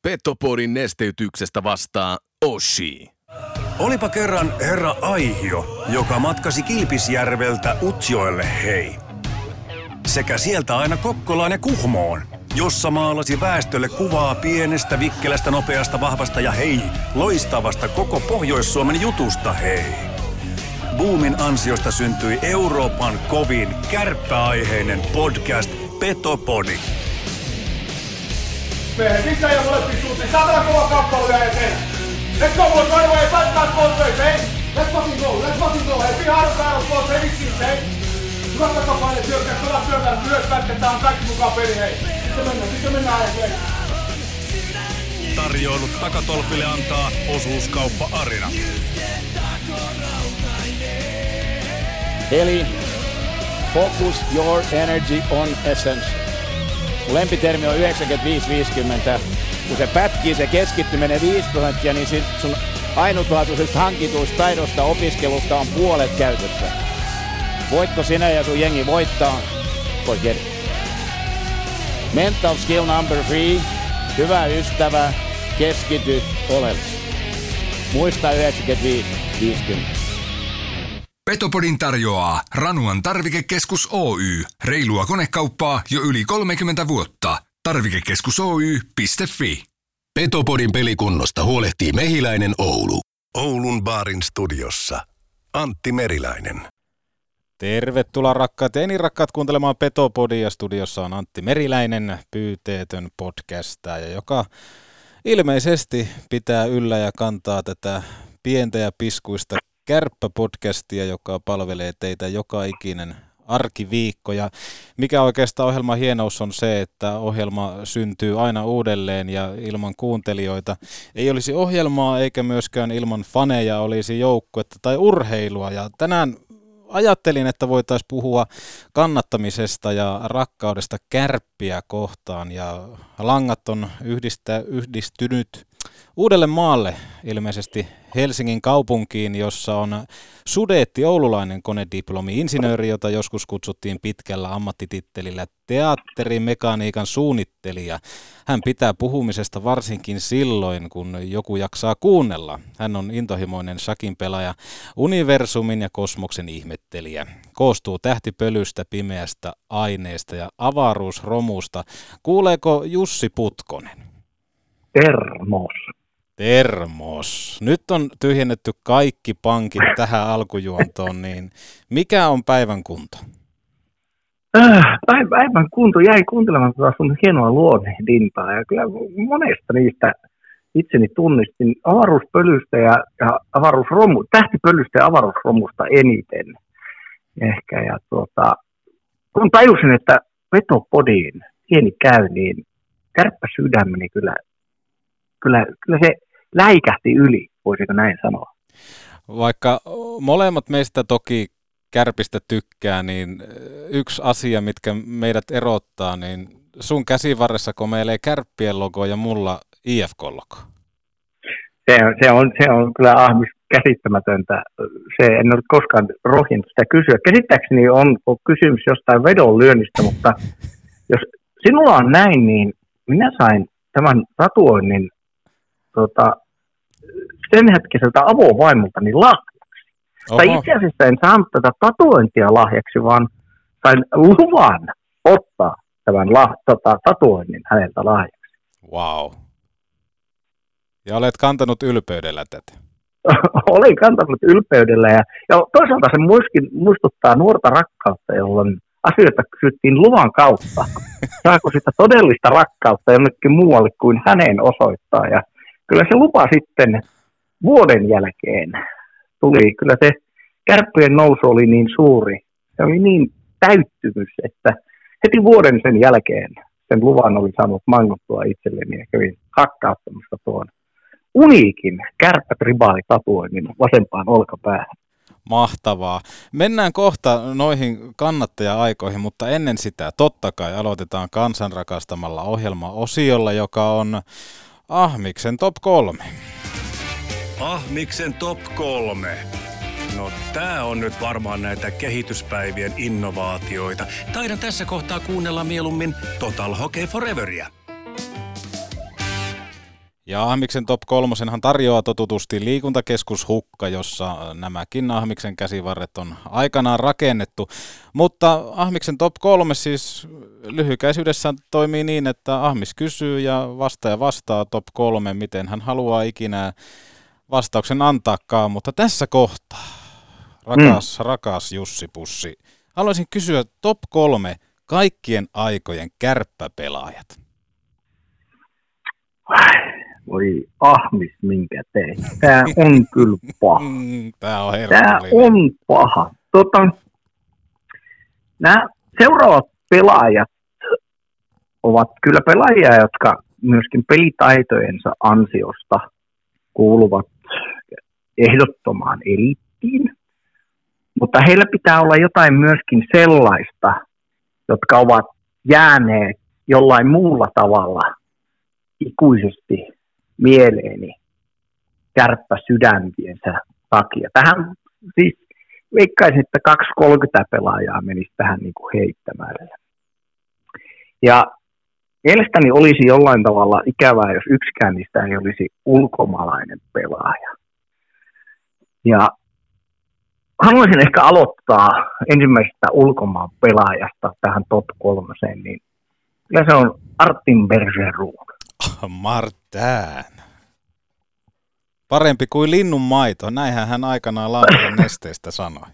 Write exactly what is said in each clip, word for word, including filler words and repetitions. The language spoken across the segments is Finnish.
Petopodin nesteytyksestä vastaa Oshi. Olipa kerran herra Aihio, joka matkasi Kilpisjärveltä Utsjoelle hei. Sekä sieltä aina Kokkolaan ja Kuhmoon, jossa maalasi väestölle kuvaa pienestä, vikkelästä, nopeasta, vahvasta ja hei, loistavasta koko Pohjois-Suomen jutusta hei. Boomin ansiosta syntyi Euroopan kovin kärppäaiheinen podcast Petopodi. Miehet, missä ei molempiin suuntiin? Saatana kova kappale vielä eteen! Let's go, boys, right away! Fight that both ways, hey! Let's fucking go, let's fucking go, hey! Be hard on battle, boys, hey! Vittiin, hey! Hyvät takapaine syökkää, pelaa syökkää, myös pätketään, kaikki mukaan peli, hei! Sitten mennään, sitten mennään, hei! Tarjoilut takatolpille antaa Osuuskauppa Arina. Eli focus your energy on essence. Mun lempitermi on yhdeksänkymmentäviisi viisikymmentä. Kun se pätkii, se keskittyminen viisi prosenttia, niin sit sun ainutlaatuisesta hankituista taidosta opiskelusta on puolet käytössä. Voitko sinä ja sun jengi voittaa? Forget it. Mental skill number three. Hyvä ystävä, keskity oleellisesti. Muista yhdeksänkymmentäviisi viisikymmentä. Petopodin tarjoaa Ranuan tarvikekeskus Oy. Reilua konekauppaa jo yli kolmekymmentä vuotta. Tarvikekeskus Oy piste fi. Petopodin pelikunnosta huolehtii Mehiläinen Oulu. Oulun baarin studiossa Antti Meriläinen. Tervetuloa rakkaat ja niin rakkaat kuuntelemaan Petopodia. Studiossa on Antti Meriläinen, pyyteetön podcastaja, joka ilmeisesti pitää yllä ja kantaa tätä pientä ja piskuista kärppäpodcastia, joka palvelee teitä joka ikinen arkiviikko. Ja mikä oikeastaan ohjelman hienous on se, että ohjelma syntyy aina uudelleen ja ilman kuuntelijoita ei olisi ohjelmaa eikä myöskään ilman faneja olisi joukkuetta tai urheilua. Ja tänään ajattelin, että voitaisiin puhua kannattamisesta ja rakkaudesta Kärppiä kohtaan ja langat on yhdistä, yhdistynyt uudelle maalle, ilmeisesti Helsingin kaupunkiin, jossa on Sudetti, oululainen konediplomi-insinööri, jota joskus kutsuttiin pitkällä ammattitittelillä teatterimekaniikan suunnittelija. Hän pitää puhumisesta varsinkin silloin, kun joku jaksaa kuunnella. Hän on intohimoinen shakin pelaaja, universumin ja kosmoksen ihmettelijä. Koostuu tähtipölystä, pimeästä aineesta ja avaruusromusta. Kuuleeko Jussi Putkonen? Termos. Termos. Nyt on tyhjennetty kaikki pankit tähän alkujuontoon, niin mikä on päivän kunto? Äh, päivän kunto jäi kuuntelemaan tuota sun hienoa luonnehdintaa ja kyllä monesta niistä itseni tunnistin avaruuspölystä ja, ja avaruusromu, tähtipölystä ja avaruusromusta eniten ehkä. Ja tuota, kun tajusin, että Petopodiin pieni käy, niin kärppä sydämeni kyllä Kyllä, kyllä se läikähti yli, voisiko näin sanoa. Vaikka molemmat meistä toki Kärpistä tykkää, niin yksi asia, mitkä meidät erottaa, niin sun käsivarressa komeilee Kärppien logo ja mulla I F K-logo. Se, se, on, se on kyllä ahmis käsittämätöntä. Se, en ole koskaan rohjennut sitä kysyä. Käsittääkseni on, on kysymys jostain vedonlyönnistä, mutta jos sinulla on näin, niin minä sain tämän tatuoinnin Tota, sen hetkiseltä avovaimoltani lahjaksi. Oho. Tai itse asiassa en saanut tätä tatuointia lahjaksi, vaan sain luvan ottaa tämän la, tota, tatuoinnin häneltä lahjaksi. Wow. Ja olet kantanut ylpeydellä tätä. Olen kantanut ylpeydellä ja, ja toisaalta se myöskin muistuttaa nuorta rakkautta, jolloin asioita kysyttiin luvan kautta. Saako sitä todellista rakkautta jonnekin muualle kuin hänen osoittaa ja kyllä se lupa sitten vuoden jälkeen tuli. Kyllä se Kärppien nousu oli niin suuri. Se oli niin täyttymys, että heti vuoden sen jälkeen sen luvan oli saanut manguttua itselleni ja kävin hakkauttamassa tuon uniikin kärppätribaalitatuoinnin vasempaan olkapäähän. Mahtavaa. Mennään kohta noihin kannattaja-aikoihin, mutta ennen sitä totta kai aloitetaan kansan rakastamalla ohjelma-osiolla, joka on Ahmiksen top kolme. Ahmiksen top kolme. No tää on nyt varmaan näitä kehityspäivien innovaatioita. Taidan tässä kohtaa kuunnella mieluummin Total Hockey Foreveria. Ja Ahmiksen top kolmosenhan tarjoaa totutusti liikuntakeskus Hukka, jossa nämäkin Ahmiksen käsivarret on aikanaan rakennettu. Mutta Ahmiksen top kolme siis lyhykäisyydessään toimii niin, että Ahmis kysyy ja vastaaja vastaa top kolme, miten hän haluaa ikinä vastauksen antaakaan. Mutta tässä kohtaa, rakas, mm. rakas Jussi Pussi, haluaisin kysyä top kolme kaikkien aikojen kärppäpelaajat. Voi Ahmis, minkä tein. Tää on kyllä paha. Tää on Tää on paha. Tota, nämä seuraavat pelaajat ovat kyllä pelaajia, jotka myöskin pelitaitojensa ansiosta kuuluvat ehdottomaan eliittiin. Mutta heillä pitää olla jotain myöskin sellaista, jotka ovat jääneet jollain muulla tavalla ikuisesti mieleeni kärppäsydämiensä takia. Tähän siis veikkaisin, että kaksi kolmekymmentä pelaajaa menisi tähän niin kuin heittämällä. Ja mielestäni olisi jollain tavalla ikävää, jos yksikään niistä ei olisi ulkomaalainen pelaaja. Ja haluaisin ehkä aloittaa ensimmäisestä ulkomaan pelaajasta tähän top kolmoseen, niin kyllä se on Artin Bergeron. Martin. Parempi kuin linnun maito, näinhän hän aikanaan Laankolan Nesteestä sanoi.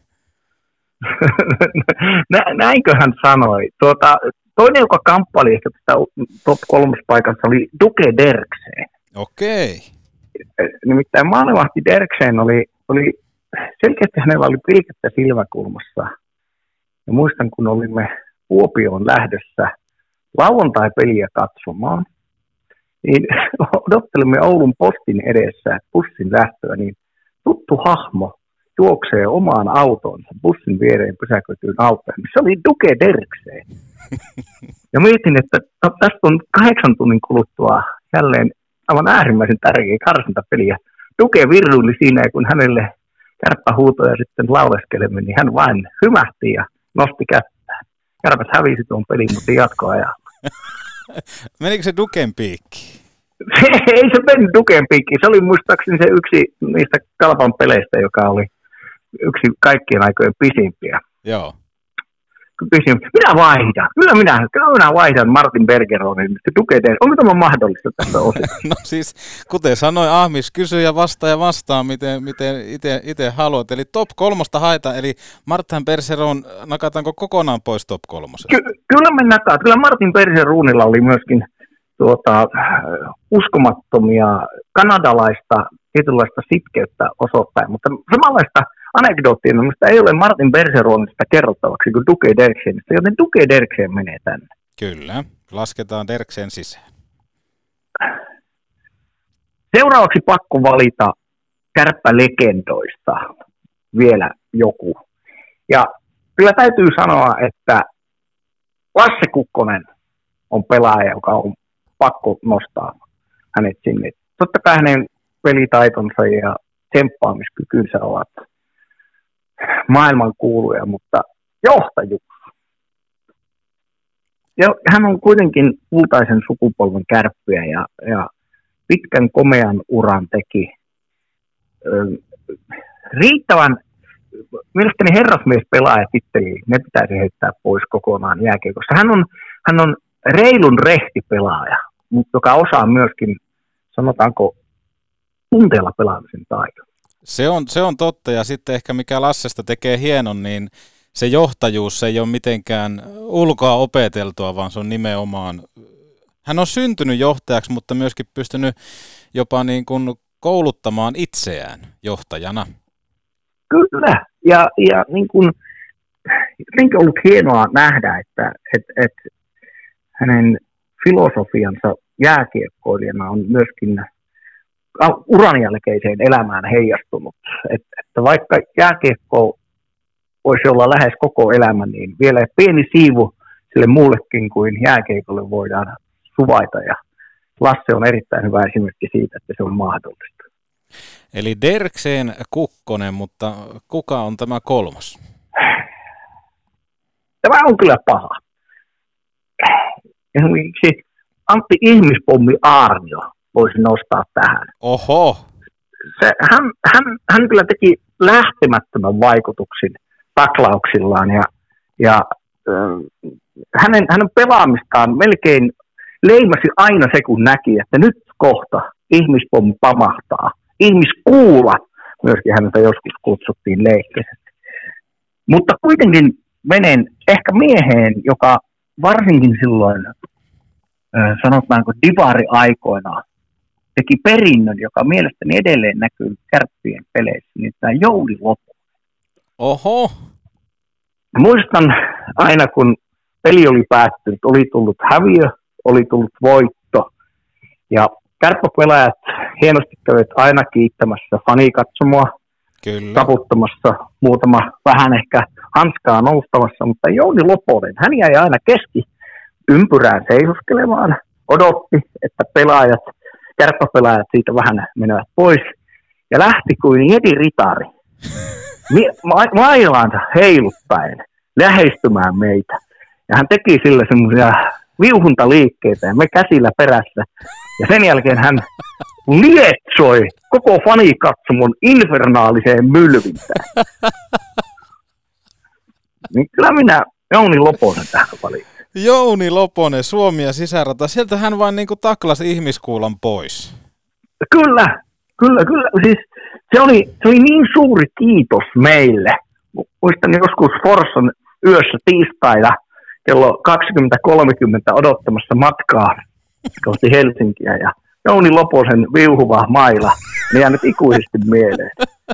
Näinkö hän sanoi? Tuota, toinen, joka kamppaili ehkä tästä top kolmas paikassa, oli Duke Derkseen. Okei. Nimittäin maalivahti Derkseen oli, oli selkeästi hänellä oli pilkettä silmäkulmassa. Ja muistan, kun olimme Kuopioon lähdössä lauantai-peliä katsomaan, niin odottelimme Oulun postin edessä bussin lähtöä, niin tuttu hahmo juoksee omaan autoonsa bussin viereen pysäköityyn autoon. Se oli Duke Derkseen. Ja mietin, että no, tästä on kahdeksan tunnin kuluttua jälleen aivan äärimmäisen tärkeä karsintapeli. Ja Duke virruili siinä, ja kun hänelle kärppähuutoja sitten lauleskelemme, niin hän vain hymähti ja nosti kättään. Kärpät hävisi tuon pelin, mutta jatkoajalla. Menikö se Duken piikki? Ei se mennyt Duken piikki. Se oli muistaakseni se yksi niistä Kalpan peleistä, joka oli yksi kaikkien aikojen pisimpiä. Joo. Minä vaihdan. Kyllä minä, kyllä minä vaihdan Martin Bergeronin. Onko tämä mahdollista tässä osassa? No siis, kuten sanoin, Ahmis kysyy ja vastaa ja vastaa, miten, miten itse haluat. Eli top kolmosta haetaan, eli Martin Bergeron nakataanko kokonaan pois top kolmosesta? Ky- kyllä me nakaat. Kyllä Martin Bergeronilla oli myöskin tuota, uskomattomia kanadalaista tietynlaista sitkeyttä osoittain, mutta samanlaista anekdoottia, mutta ei ole Martin Bergeronista kerrottavaksi kuin Duke Derksenistä, joten Duke Derksen menee tänne. Kyllä, lasketaan Derksen sisään. Seuraavaksi pakko valita kärppälegendoista vielä joku. Ja kyllä täytyy sanoa, että Lasse Kukkonen on pelaaja, joka on pakko nostaa hänet sinne. Totta kai hänen pelitaitonsa ja tsemppaamiskykynsä ovat maailman kuuluja, mutta johtajuus. Ja hän on kuitenkin kultaisen sukupolven kärppiä ja, ja pitkän komean uran teki. Ö, riittävän, mielestäni herrasmiespelaajatitteli, ne pitäisi heittää pois kokonaan jääkiekosta. Hän on, hän on reilun rehti pelaaja, mutta joka osaa myöskin, sanotaanko, tunteella pelaamisen taidon. Se on, se on totta, ja sitten ehkä mikä Lassesta tekee hienon, niin se johtajuus se ei ole mitenkään ulkoa opeteltua, vaan se on nimenomaan, hän on syntynyt johtajaksi, mutta myöskin pystynyt jopa niin kuin kouluttamaan itseään johtajana. Kyllä, ja, ja niin kuin, jotenkin on ollut hienoa nähdä, että et, et hänen filosofiansa jääkiekkoilijana on myöskin uran jälkeiseen elämään heijastunut. Et, että vaikka jääkiekko voisi olla lähes koko elämä, niin vielä pieni siivu sille muullekin kuin jääkiekolle voidaan suvaita. Ja Lasse on erittäin hyvä esimerkki siitä, että se on mahdollista. Eli Derksen Kukkonen, mutta kuka on tämä kolmas? Tämä on kyllä paha. Esimerkiksi Antti Ihmispommi Aarnio voisi nostaa tähän. Oho! Se, hän, hän, hän kyllä teki lähtemättömän vaikutuksen taklauksillaan ja, ja äh, hänen, hänen pelaamistaan melkein leimasi aina se, kun näki, että nyt kohta ihmispommi pamahtaa. Ihmiskuula myöskin häntä joskus kutsuttiin leikkeisesti. Mutta kuitenkin menen ehkä mieheen, joka varsinkin silloin, äh, sanotaanko divari-aikoina, teki perinnön, joka mielestäni edelleen näkyy Kärppien peleissä, niin tämä Jouni Loponen. Oho! Muistan aina, kun peli oli päättynyt, oli tullut häviö, oli tullut voitto, ja kärppäpelaajat hienosti kävivät aina kiittämässä fanikatsomoa, Kyllä. taputtamassa muutama vähän ehkä hanskaa noustavassa, mutta Jouni Loponen, hän jäi aina keski ympyrään seisoskelemaan, odotti, että pelaajat, kärppäpelaajat siitä vähän menevät pois, ja lähti kuin Jedi Ritari ma- mailaansa heiluttaen lähestymään meitä. Ja hän teki sillä semmoisia viuhuntaliikkeitä ja me käsillä perässä. Ja sen jälkeen hän lietsoi koko fanikatsomon infernaaliseen mylvintään. Niin kyllä minä Jouni Loponen tähän valitsin. Jouni Loponen, Suomi ja sisärata. Sieltä hän vain niinku taklasi ihmiskuulan pois. Kyllä, kyllä, kyllä. Siis se oli, se oli niin suuri kiitos meille. Muistan joskus Forsson yössä tiistaina kello kaksikymmentä kolmekymmentä odottamassa matkaa kohti Helsinkiä ja Jouni Loposen viuhuva maila ne jäänyt ikuisesti mieleen.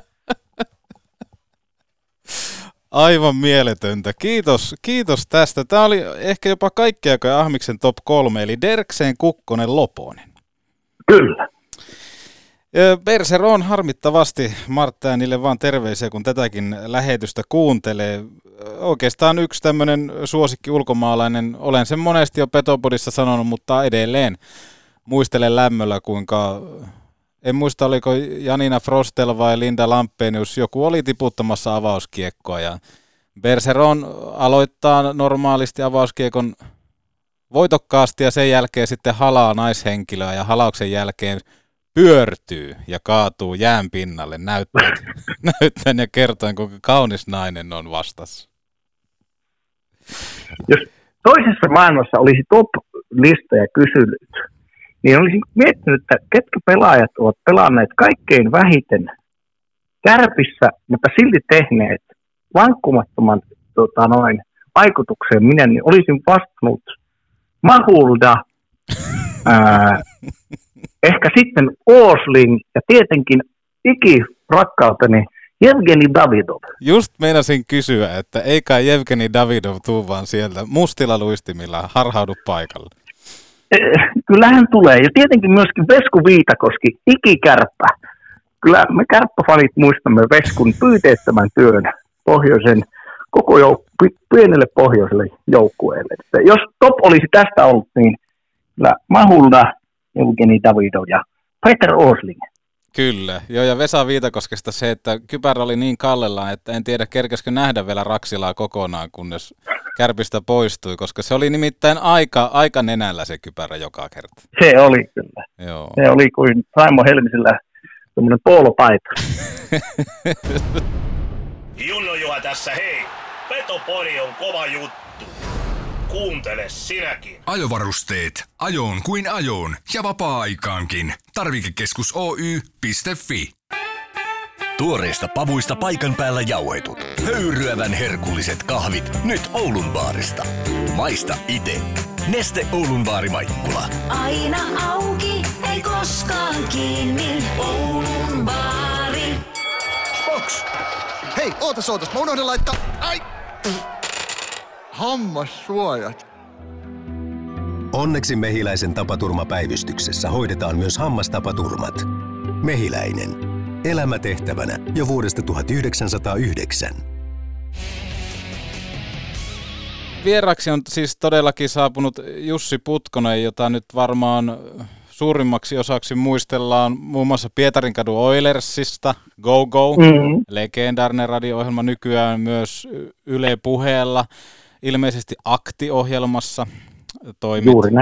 Aivan mieletöntä. Kiitos, kiitos tästä. Tämä oli ehkä jopa kaikkea kai Ahmiksen top kolme, eli Derksen, Kukkonen, Loponen. Kyllä. Berseron harmittavasti Marttiinille vaan terveisiä, kun tätäkin lähetystä kuuntelee. Oikeastaan yksi tämmöinen suosikki ulkomaalainen, olen sen monesti jo Petopodissa sanonut, mutta edelleen muistelen lämmöllä, kuinka, en muista oliko Janina Frostel vai Linda Lampenius, joku oli tiputtamassa avauskiekkoa ja Berseron aloittaa normaalisti avauskiekon voitokkaasti ja sen jälkeen sitten halaa naishenkilöä ja halauksen jälkeen pyörtyy ja kaatuu jään pinnalle näyttäen, näyttäen ja kertoen, kuinka kaunis nainen on vastassa. Jos toisessa maailmassa olisi top-listoja kysynyt, niin olisin miettinyt, että ketkä pelaajat ovat pelanneet kaikkein vähiten Kärpissä, mutta silti tehneet vankkumattoman tota, noin, vaikutukseen minä, niin olisin vastannut Mahulda, ää, ehkä sitten Osling ja tietenkin ikirakkauteni Jevgeni Davidov. Just meinasin kysyä, että ei kai Jevgeni Davidov tuu vaan sieltä mustilla luistimilla, harhaudu paikalle. Kyllä hän tulee. Ja tietenkin myöskin Vesku Viitakoski, ikikärppä. Kyllä me kärppäfanit muistamme Veskun pyyteettömän työn pohjoisen, koko jouk- pienelle pohjoiselle joukkueelle. Että jos top olisi tästä ollut, niin kyllä Mahulda, Evgeni Davidov ja Peter Osling. Kyllä, joo, ja Vesa Viitakoskesta se, että kypärä oli niin kallellaan, että en tiedä kerkäskö nähdä vielä Raksilaa kokonaan, kunnes Kärpistä poistui, koska se oli nimittäin aika, aika nenällä se kypärä joka kerta. Se oli kyllä. Joo. Se oli kuin Raimo Helmisellä semmoinen poolopaita. Junno Juha tässä, hei! Petopodi on kova juttu. Kuuntele sinäkin. Ajovarusteet. Ajoon kuin ajoon ja vapaa-aikaankin. Tarvikekeskus Oy piste fi. Tuoreista pavuista paikan päällä jauhetut. Höyryävän herkulliset kahvit nyt Oulun baarista. Maista ite. Neste Oulun baari Maikkula. Aina auki, ei koskaan kiinni. Oulun baari. Box! Hei, ootas ootas, mä unohdin laittaa... Ai! Hammassuojat. Onneksi Mehiläisen tapaturmapäivystyksessä hoidetaan myös hammastapaturmat. Mehiläinen. Elämä tehtävänä jo vuodesta tuhatyhdeksänsataayhdeksän. Vieraksi on siis todellakin saapunut Jussi Putkonen, jota nyt varmaan suurimmaksi osaksi muistellaan muun muassa Pietarinkadun Oilersista, Go Go, mm-hmm. legendaarinen radio-ohjelma nykyään myös Yle Puheella, ilmeisesti Akti-ohjelmassa toimit. Juuri näin.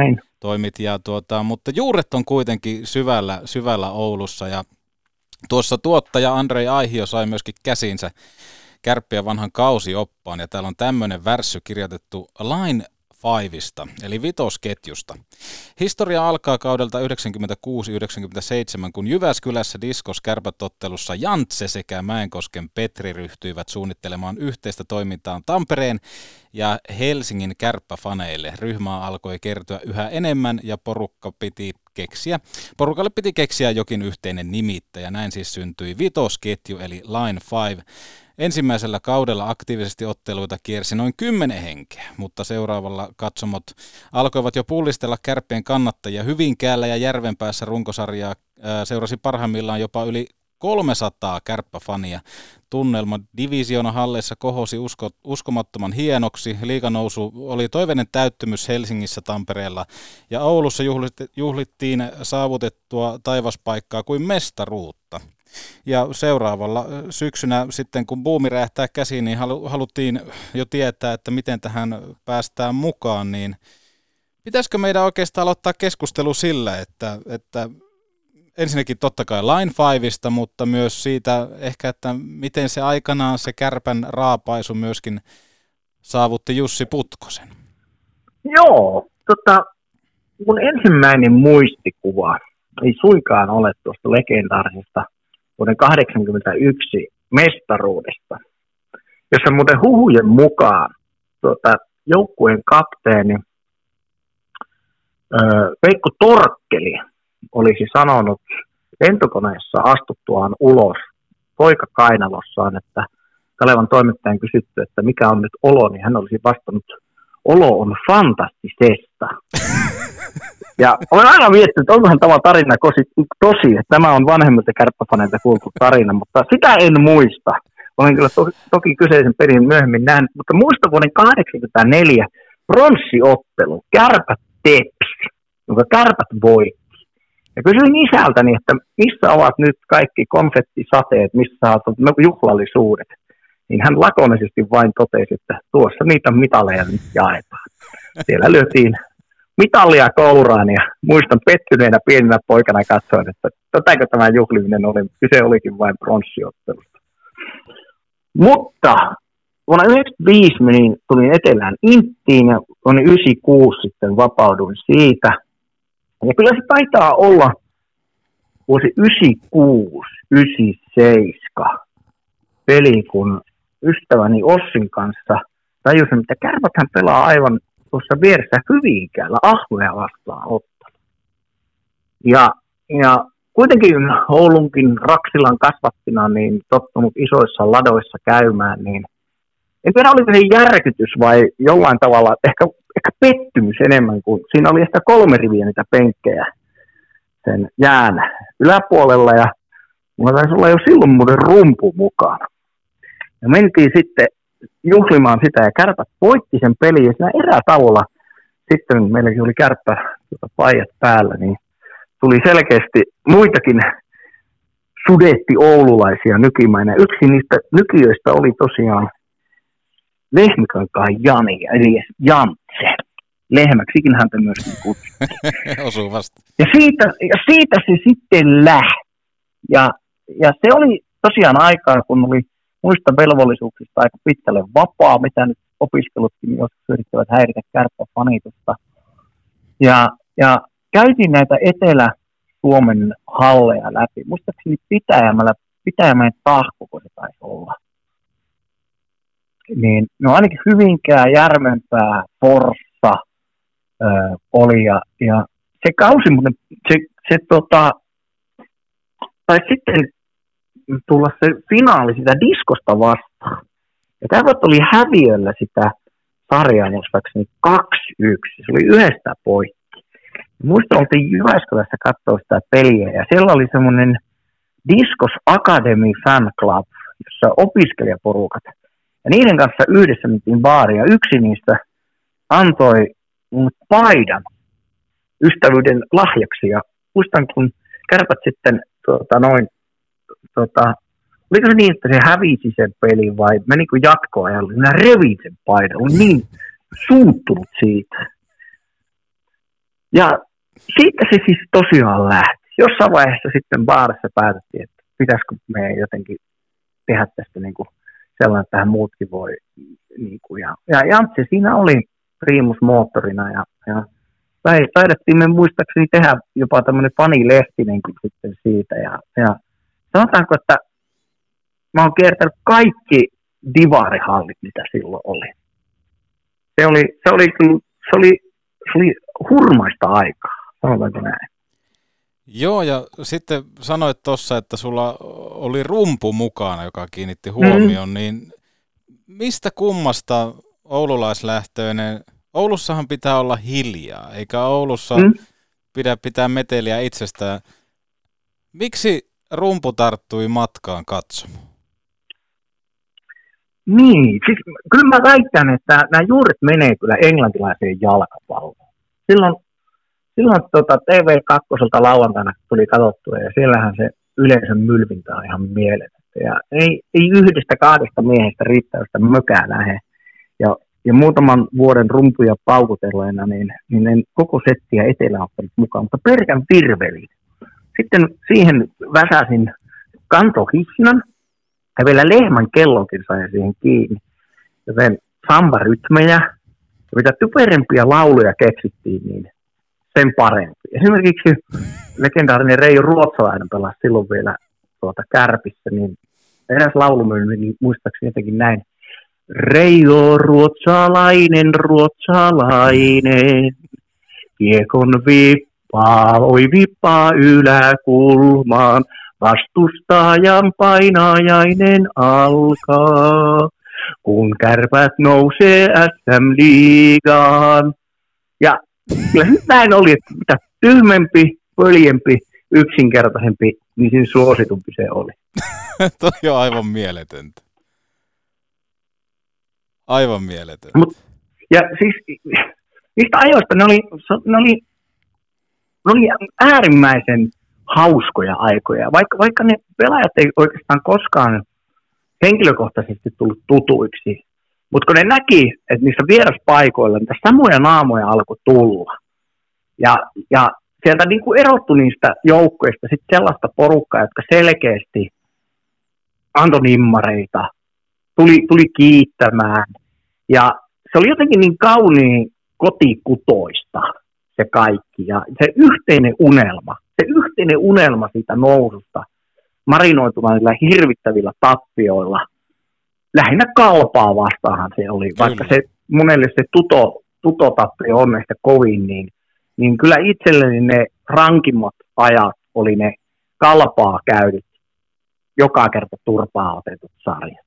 toimit ja tuota, mutta juuret on kuitenkin syvällä, syvällä Oulussa ja tuossa tuottaja Andrei Aihio sai myöskin käsiinsä Kärppien vanhan kausioppaan ja täällä on tämmöinen värssy kirjoitettu Line Fiveista, eli vitosketjusta. Historia alkaa kaudelta yhdeksänkymmentäkuusi yhdeksänkymmentäseitsemän, kun Jyväskylässä diskoskärpätottelussa Jantse sekä Mäenkosken Petri ryhtyivät suunnittelemaan yhteistä toimintaa Tampereen ja Helsingin kärppäfaneille. Ryhmää alkoi kertyä yhä enemmän ja porukka piti keksiä. Porukalle piti keksiä jokin yhteinen nimittäjä. Näin siis syntyi vitosketju eli Line Five. Ensimmäisellä kaudella aktiivisesti otteluita kiersi noin kymmenen henkeä, mutta seuraavalla katsomot alkoivat jo pullistella Kärppien kannattajia. Hyvinkäällä ja Järvenpäässä runkosarjaa seurasi parhaimmillaan jopa yli kolmesataa kärppäfania. Tunnelma divisioona halleissa kohosi usko, uskomattoman hienoksi. Liiganousu oli toiveinen täyttymys Helsingissä, Tampereella ja Oulussa juhlit, juhlittiin saavutettua taivaspaikkaa kuin mestaruutta. Ja seuraavalla syksynä sitten, kun buumi räjähtää käsiin, niin halu, haluttiin jo tietää, että miten tähän päästään mukaan, niin pitäisikö meidän oikeastaan aloittaa keskustelu sillä, että, että ensinnäkin totta kai Line Fiveista, mutta myös siitä ehkä, että miten se aikanaan se Kärpän raapaisu myöskin saavutti Jussi Putkosen. Joo, tota, mun ensimmäinen muistikuva ei suinkaan ole tuosta legendaarisesta vuoden kahdeksankymmentäyksi mestaruudesta, jossa muuten huhujen mukaan tuota, joukkueen kapteeni öö, Veikko Torkkeli olisi sanonut lentokoneessa astuttuaan ulos poika kainalossaan, että Kalevan toimittajan kysytty, että mikä on nyt olo, niin hän olisi vastannut, olo on fantastisesta. Ja olen aina miettinyt, että onkohan tämä tarina tosi, että tämä on vanhemmilta kärppäfaneilta kuultu tarina, mutta sitä en muista. Olen kyllä to- toki kyseisen pelin myöhemmin nähnyt, mutta muistan vuoden kahdeksankymmentäneljä pronssiottelu, Kärpät Tepsi, jonka Kärpät voitti. Ja kysyin isältäni, että missä ovat nyt kaikki konfettisateet, missä ovat juhlallisuudet. Niin hän lakonisesti vain totesi, että tuossa niitä mitaleja nyt jaetaan. Siellä lyötiin mitallia kouraan ja muistan pettyneenä pienenä poikana katsoin, että tätäkö tämä juhliminen oli, kyse olikin vain pronssiottelusta. Mutta vuonna yhdeksänkymmentäviisi menin, tulin etelään Inttiin ja vuonna yhdeksänkymmentäkuusi sitten vapauduin siitä. Ja kyllä se taitaa olla vuosi yhdeksänkymmentäkuusi yhdeksänkymmentäseitsemän peli, kun ystäväni Ossin kanssa tajusin, että Kärpäthän pelaa aivan tuossa vieressä Hyvinkäällä Ahvea vastaan ottelu. Ja, ja kuitenkin Oulunkin Raksilan kasvattina niin tottunut isoissa ladoissa käymään, niin en tiedä oliko se järkytys vai jollain tavalla ehkä, ehkä pettymys enemmän kuin siinä oli ehkä kolme riviä niitä penkkejä sen jään yläpuolella ja mulla taisi olla jo silloin muuten rumpu mukana. Ja mentiin sitten juhlimaan sitä ja Kärpät voitti sen pelin ja siinä erätauolla sitten meilläkin oli Kärppä tuota, paijat päällä, niin tuli selkeästi muitakin sudetti oululaisia nykimään. Ja yksi niistä nykijöistä oli tosiaan Lehmikankaan Jani, eli Jantse. Lehmäksikin häntä myöskin kutsuttiin. Osuu vasta. Ja siitä, ja siitä se sitten lähti. Ja, ja se oli tosiaan aikaa, kun oli muista velvollisuuksista aika pitkälle vapaa, mitä nyt opiskelutkin joskus yrittävät häiritä kärppäfanitusta. Ja, ja käytiin näitä Etelä-Suomen halleja läpi. Muistaakseni Pitäjämällä, Pitäjämäen Tahkoko se taisi olla. Niin, no ainakin Hyvinkää, Järvenpää, Forssa ö, oli. Ja, ja se kausi, mutta se, se tota, tai sitten tulla se finaali sitä diskosta vastaan. Ja Kärpät oli häviöllä sitä sarjaa muistaakseni kaksi yksi. Se oli yhdestä poikki. Muistan, oltiin Jyväskylässä katsoa sitä peliä ja siellä oli semmoinen Discos Academy Fan Club, jossa opiskelijaporukat. Ja niiden kanssa yhdessä mentiin baariin ja yksi niistä antoi paidan ystävyyden lahjaksi. Ja muistan, kun Kärpät sitten tuota, noin Tota, oliko se niin, että se hävisi sen pelin vai menikö jatkoajalle? Minä revin sen paidan, olin niin suuttunut siitä. Ja siitä se siis tosiaan lähti. Jossain vaiheessa sitten baarissa päätettiin, että pitäisikö meidän jotenkin tehdä tästä niin kuin sellainen, että tähän muutkin voi. Niin kuin, ja, ja Jantse siinä oli primusmoottorina ja, ja taidettiin me muistaakseni tehdä jopa tämmöinen fanilehtinenkin sitten siitä. Ja, ja sanotaanko, että mä oon kiertänyt kaikki divarihallit, mitä silloin oli. Se oli, se oli, se oli, se oli hurmaista aikaa, sanotaanko näin. Joo, ja sitten sanoit tuossa, että sulla oli rumpu mukana, joka kiinnitti huomioon, mm. niin mistä kummasta oululaislähtöinen, Oulussahan pitää olla hiljaa, eikä Oulussa mm. pidä pitää meteliä itsestään. Miksi rumpu tarttui matkaan katsomaan? Niin, siis kyllä mä väitän, että nämä juuret menee kyllä englantilaiseen jalkapalloon. Silloin, silloin tota T V kaksi lauantaina tuli katsottua ja siellähän se yleisön mylvintä on ihan mieletöntä. Ja ei, ei yhdestä kahdesta miehestä riittävästä mökää lähde. Ja, ja muutaman vuoden rumpuja paukutelleena, niin, niin en koko settiä etelä ottanut mukaan, mutta perkän virvelin. Sitten siihen väsäsin kantohihnan. Ja vielä lehmän kellonkin sai siihen kiinni. Joten samba-rytmejä ja mitä typerempiä lauluja keksittiin, niin sen parempi. Esimerkiksi legendaarinen Reijo Ruotsalainen pelasi silloin vielä tuota Kärpissä, niin eräs laulu niin muistaakseni jotenkin näin. Reijo Ruotsalainen, ruotsalainen, kiekon vippaa, oi vippaa yläkulmaan. Vastustajan painajainen alkaa, kun Kärpät nousee S M-liigaan. Ja kyllä nyt näin oli, että mitä tyhmempi, pöljempi, yksinkertaisempi, niin siinä suositumpi se oli. Toi on aivan mieletöntä. Aivan mieletöntä. Mut, ja siis niistä ajoista ne oli, ne oli, ne oli äärimmäisen hauskoja aikoja, vaikka, vaikka ne pelaajat ei oikeastaan koskaan henkilökohtaisesti tullut tutuiksi, mutta kun ne näki, että niissä vieraspaikoilla niitä samoja naamoja alkoi tulla, ja, ja sieltä niin kuin erottui niistä joukkoista sit sellaista porukkaa, jotka selkeästi antoi nimmareita, tuli, tuli kiittämään, ja se oli jotenkin niin kauniin kotikutoista se kaikki, ja se yhteinen unelma, se yhteinen unelma siitä noususta, marinoituna niillä hirvittävillä tappioilla, lähinnä Kalpaa vastaahan se oli, kyllä. Vaikka se monelle se tuto, tutotappio on ehkä kovin, niin, niin kyllä itselleni ne rankimmat ajat oli ne Kalpaa käydyt, joka kerta turpaa otetut sarjat.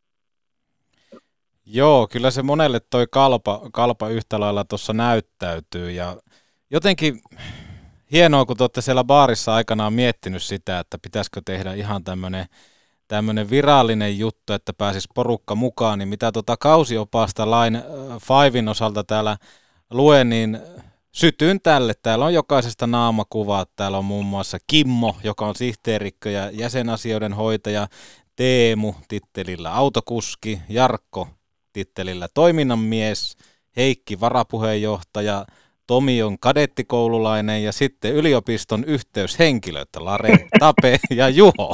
Joo, kyllä se monelle toi kalpa, kalpa yhtä lailla tuossa näyttäytyy ja jotenkin hienoa, kun te olette siellä baarissa aikanaan miettinyt sitä, että pitäisikö tehdä ihan tämmöinen tämmöinen virallinen juttu, että pääsisi porukka mukaan, niin mitä tuota kausiopasta Line Fiven osalta täällä luen, niin sytyn tälle. Täällä on jokaisesta naamakuvat. Täällä on muun muassa Kimmo, joka on sihteerikkö ja jäsenasioiden hoitaja, Teemu tittelillä autokuski, Jarkko tittelillä toiminnanmies, Heikki varapuheenjohtaja, Tomi on kadettikoululainen ja sitten yliopiston yhteyshenkilöt, Lare, Tape ja Juho.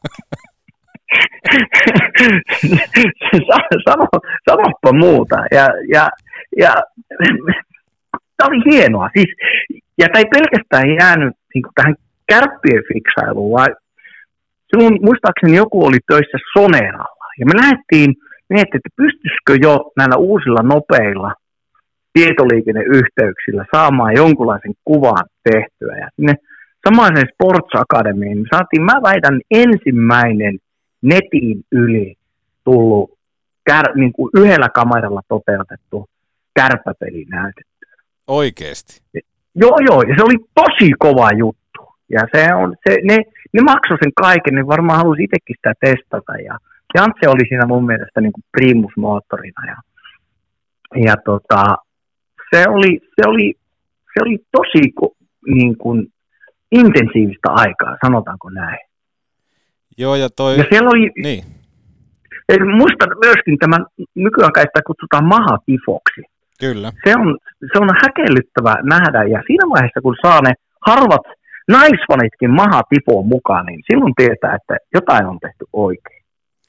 Sano, sanoppa muuta. Ja, ja, ja tämä oli hienoa. Siis, ja tämä ei pelkästään jäänyt niin kuin tähän kärppien fiksailuun, vaan silloin muistaakseni joku oli töissä Soneralla. Ja me lähdettiin miettimään, että pystyisikö jo näillä uusilla nopeilla tietoliikenneyhteyksillä saamaan jonkunlaisen kuvan tehtyä. Ja sinne samaiseen Sports Academyin me saatiin, mä väitän, ensimmäinen netin yli tullut kär, niin kuin yhdellä kameralla toteutettu kärppäpeli näytetty. Oikeesti? Joo, joo, ja se oli tosi kova juttu. Ja se on, se, ne, ne maksoi sen kaiken, ne varmaan halusi itsekin sitä testata. Ja Jantse oli siinä mun mielestä niin kuin primusmoottorina. Ja, ja tota, se, oli, se, oli, se oli tosi niin kuin intensiivistä aikaa, sanotaanko näin. Joo, ja toi... Ja siellä oli... Niin. Muistan myöskin tämän, nykyään kai sitä kutsutaan mahatifoksi. Kyllä. Se on, se on häkellyttävä nähdä, ja siinä vaiheessa, kun saa ne harvat naisfanitkin maha tipoon mukaan, niin silloin tietää, että jotain on tehty oikein.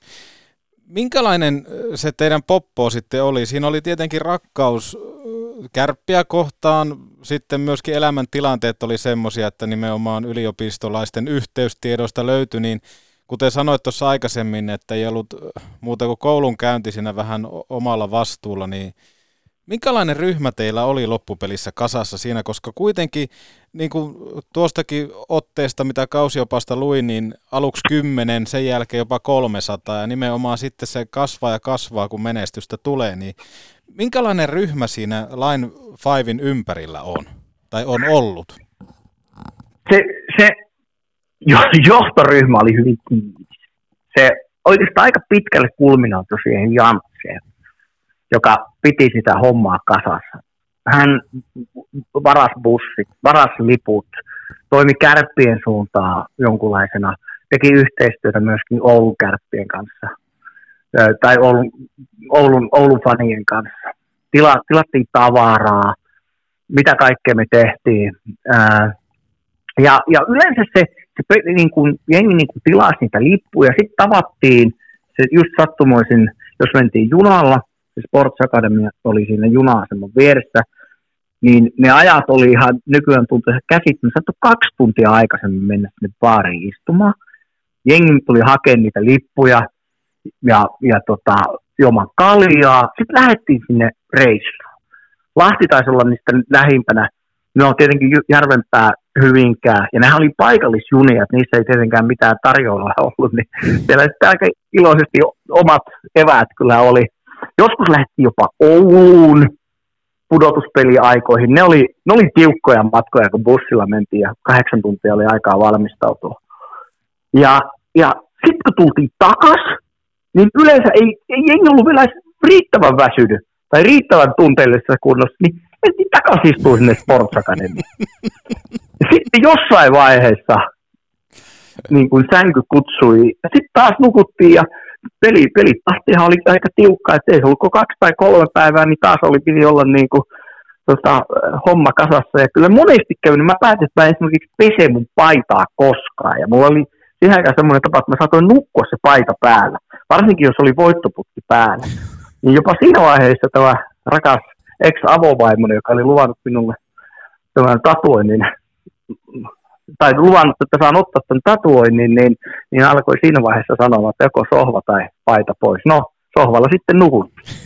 Minkälainen se teidän poppo sitten oli? Siinä oli tietenkin rakkaus Kärppiä kohtaan, sitten myöskin elämäntilanteet oli semmoisia, että nimenomaan yliopistolaisten yhteystiedoista löytyi, niin kuten sanoit tuossa aikaisemmin, että ei ollut muuta kuin koulun käynti siinä vähän omalla vastuulla, niin minkälainen ryhmä teillä oli loppupelissä kasassa siinä, koska kuitenkin niin kuin tuostakin otteesta, mitä Kausiopasta luin, niin aluksi kymmenen, sen jälkeen jopa kolmesataa ja nimenomaan sitten se kasvaa ja kasvaa, kun menestystä tulee, niin minkälainen ryhmä siinä Line Fiven ympärillä on tai on ollut? Se, se johtoryhmä oli hyvin tiivis. Se oikeastaan aika pitkälle kulminoitu siihen Jantseen, joka piti sitä hommaa kasassa. Hän varasi bussit, varasi liput, toimi Kärppien suuntaan jonkunlaisena, teki yhteistyötä myöskin Oulun Kärppien kanssa, tai Oulun, Oulun, Oulun fanien kanssa. Tila, tilattiin tavaraa, mitä kaikkea me tehtiin. Ja, ja yleensä se, se niin kuin, jengi niin kuin tilasi niitä lippuja, sitten tavattiin, se just sattumoisin, jos mentiin junalla, se Sports Academy oli siinä juna-aseman vieressä, niin ne ajat oli ihan nykyään tuntuu käsittämättä. Saattoi kaksi tuntia aikaisemmin mennä sinne baariin istumaan. Jengi tuli hakemaan niitä lippuja ja, ja tota, juomaan kaljaa. Sitten lähdettiin sinne reissuun. Lahti taisi olla niistä lähimpänä. Ne on tietenkin Järvenpää, Hyvinkää, ja nehän oli paikallisjunia, että niissä ei tietenkään mitään tarjolla ollut, niin siellä sitten aika iloisesti omat eväät kyllä oli. Joskus lähdettiin jopa Ouluun pudotuspeliaikoihin. Ne oli, ne oli tiukkoja matkoja, kun bussilla mentiin, ja kahdeksan tuntia oli aikaa valmistautua. Ja, ja sitten kun tultiin takas, niin yleensä ei, ei, ei ollut vielä riittävän väsynyt tai riittävän tunteellisessa kunnossa, niin mentiin takaisin istua sinne Sports Academyin. Sitten jossain vaiheessa niin kuin sänky kutsui, ja sitten taas nukuttiin, ja peli, pelitahtihan oli aika tiukka, että ei se ollut kaksi tai kolme päivää, niin taas oli, piti olla niin kuin, tota, homma kasassa. Ja kyllä monesti kävi, niin mä päätin, että mä esimerkiksi pese mun paitaa koskaan, ja mulla oli siihen aikaan semmoinen tapa, että mä saatoin nukkua se paita päällä, varsinkin jos oli voittoputki päällä. Niin jopa siinä vaiheessa tämä rakas ex-avovaimoni, joka oli luvannut minulle tämän tatuoinnin, tai luvannut, että saan ottaa tämän tatuoinnin, niin, niin alkoi siinä vaiheessa sanoa, että joko sohva tai paita pois. No, sohvalla sitten nukun.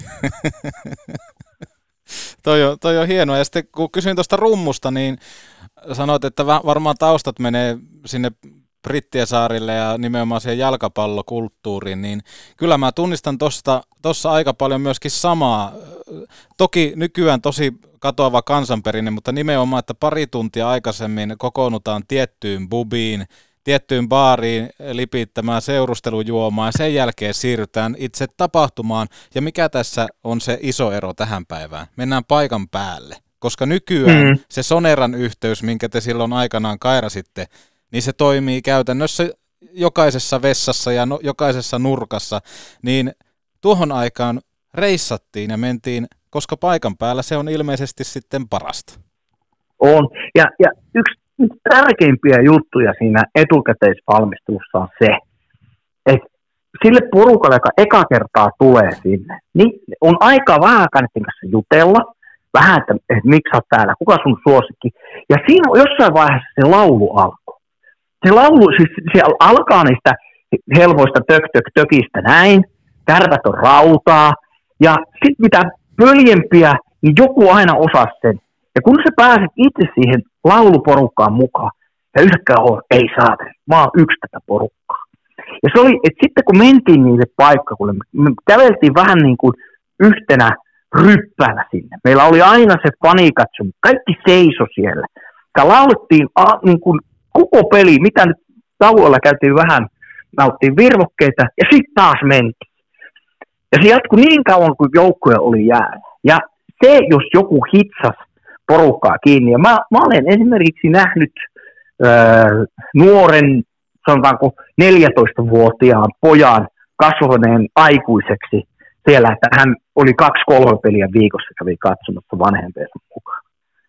toi, on, toi on hienoa. Ja sitten kun kysyin tuosta rummusta, niin sanoit, että varmaan taustat menee sinne Brittien saarille ja nimenomaan siihen jalkapallokulttuuriin, niin kyllä mä tunnistan tuossa aika paljon myöskin samaa. Toki nykyään tosi katoava kansanperinne, mutta nimenomaan, että pari tuntia aikaisemmin kokoonnutaan tiettyyn bubiin, tiettyyn baariin lipittämään seurustelujuomaan ja sen jälkeen siirrytään itse tapahtumaan. Ja mikä tässä on se iso ero tähän päivään? Mennään paikan päälle, koska nykyään mm. se Soneran yhteys, minkä te silloin aikanaan kairasitte, niin se toimii käytännössä jokaisessa vessassa ja no, jokaisessa nurkassa, niin tuohon aikaan reissattiin ja mentiin, koska paikan päällä se on ilmeisesti sitten parasta. On, ja, ja yksi tärkeimpiä juttuja siinä etukäteisvalmistelussa on se, että sille porukalle, joka eka kertaa tulee sinne, niin on aika vähän kannattiin kanssa jutella, vähän, että, että miksi sä oot täällä, kuka sun suosikki, ja siinä on jossain vaiheessa se laulu alkoi. Se laulu, siis siellä alkaa niistä helpoista tök tök tökistä näin, kärpät on rautaa, ja sitten mitä pöljempiä, niin joku aina osaa sen. Ja kun sä pääset itse siihen lauluporukkaan mukaan, ja yhtäkkiä on, ei saatana, mä oon yksi tätä porukkaa. Ja se oli, että sitten kun mentiin niille paikkakulle, me käveltiin vähän niin kuin yhtenä ryppänä sinne. Meillä oli aina se fanikatso, kaikki seiso siellä. Ja laulettiin a, niin kuin koko peli, mitä nyt tauolla käytiin vähän, nauttiin virvokkeita, ja sitten taas mentiin. Ja se jatkui niin kauan, kuin joukkoja oli jäällä. Ja se, jos joku hitsasi porukkaa kiinni, ja mä, mä olen esimerkiksi nähnyt öö, nuoren, sanotaanko neljätoistavuotiaan pojan kasvaneen aikuiseksi siellä, että hän oli kaksi kolme peliä viikossa, kävi katsomassa vanhempiensa mukaan.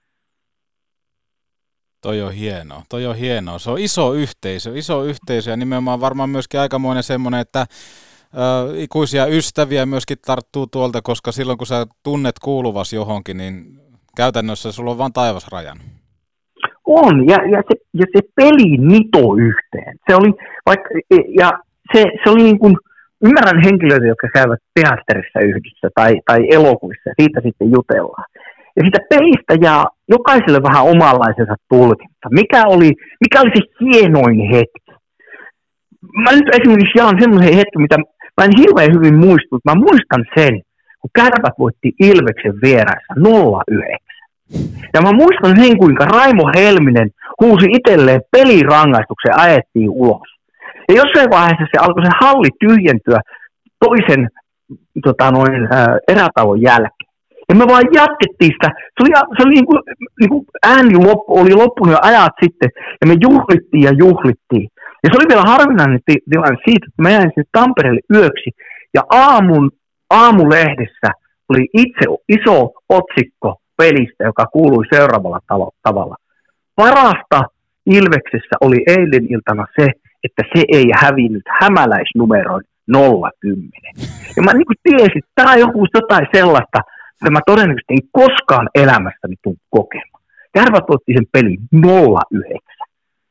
Toi on hienoa, toi on hienoa. Se on iso yhteisö, iso yhteisö ja nimenomaan varmaan myöskin aikamoinen semmoinen, että ä, ikuisia ystäviä myöskin tarttuu tuolta, koska silloin kun sä tunnet kuuluvasi johonkin, niin käytännössä sulla on vaan taivasrajan. On, ja, ja, se, ja se peli nito yhteen. Se oli, vaikka, ja se, se oli niin kuin, ymmärrän henkilöitä, jotka käyvät teatterissa yhdessä tai, tai elokuvissa, ja siitä sitten jutellaan. Ja siitä pelistä jää jokaiselle vähän omanlaisensa tulkinta. Mikä oli, mikä oli se hienoin hetki? Mä nyt esimerkiksi jaan semmoisen hetken, mitä mä en hirveän hyvin muistu, mutta mä muistan sen, kun Kärpät voitti Ilveksen vieraissa nolla yhdeksän. Ja mä muistan sen, kuinka Raimo Helminen huusi itselleen pelirangaistuksen ja ajettiin ulos. Ja jossain vaiheessa se alkoi se halli tyhjentyä toisen tota noin, ää, erätauon jälkeen. Ja me vaan jatkettiin sitä. Se oli, se oli niin kuin, niin kuin ääni loppu, oli loppunut jo ajat sitten. Ja me juhlittiin ja juhlittiin. Ja se oli vielä harvinainen tilanne siitä, että mä jäin sinne Tampereelle yöksi. Ja aamun, aamulehdessä oli itse iso otsikko pelistä, joka kuului seuraavalla tavalla. Parasta Ilveksessä oli eilen iltana se, että se ei hävinnyt hämäläisnumeroin nolla kymmenen. Ja mä niin kuin tiesin, että tämä on joku jotain sellaista, että mä todennäköisesti en koskaan elämässäni tule kokemaan. Kärpät otti sen pelin nolla yhdeksän.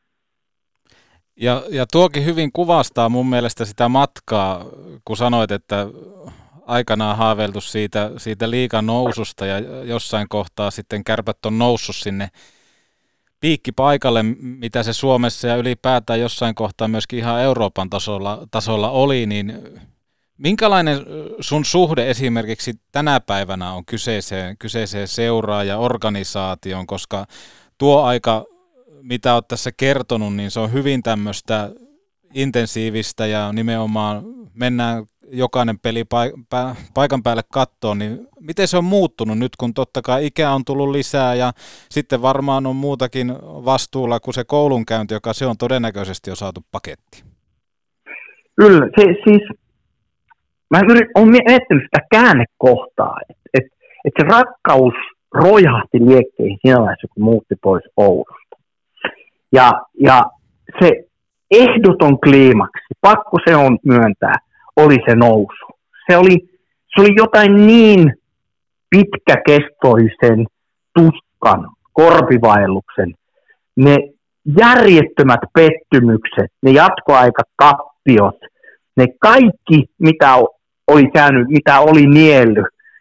Ja, ja tuokin hyvin kuvastaa mun mielestä sitä matkaa, kun sanoit, että aikanaan haaveiltu siitä, siitä liigan noususta ja jossain kohtaa sitten Kärpät on noussut sinne piikkipaikalle, mitä se Suomessa ja ylipäätään jossain kohtaa myöskin ihan Euroopan tasolla, tasolla oli, niin minkälainen sun suhde esimerkiksi tänä päivänä on kyseiseen, kyseiseen seuraan ja organisaatioon, koska tuo aika, mitä olet tässä kertonut, niin se on hyvin tämmöistä intensiivistä ja nimenomaan mennään jokainen peli paikan päälle kattoon, niin miten se on muuttunut nyt, kun totta kai ikä on tullut lisää ja sitten varmaan on muutakin vastuulla kuin se koulunkäynti, joka se on todennäköisesti jo saatu pakettiin? Kyllä, se, siis mä olen miettinyt sitä käännekohtaa, että et, et se rakkaus rojahti liekkeihin siinä vaiheessa, kun muutti pois Oulusta. Ja, ja se ehdoton kliimaksi, pakko se on myöntää, oli se nousu. Se oli, se oli jotain niin pitkäkestoisen tuskan, korpivaelluksen, ne järjettömät pettymykset, ne jatkoaikatappiot, ne kaikki, mitä oli käynyt, mitä oli niellyt,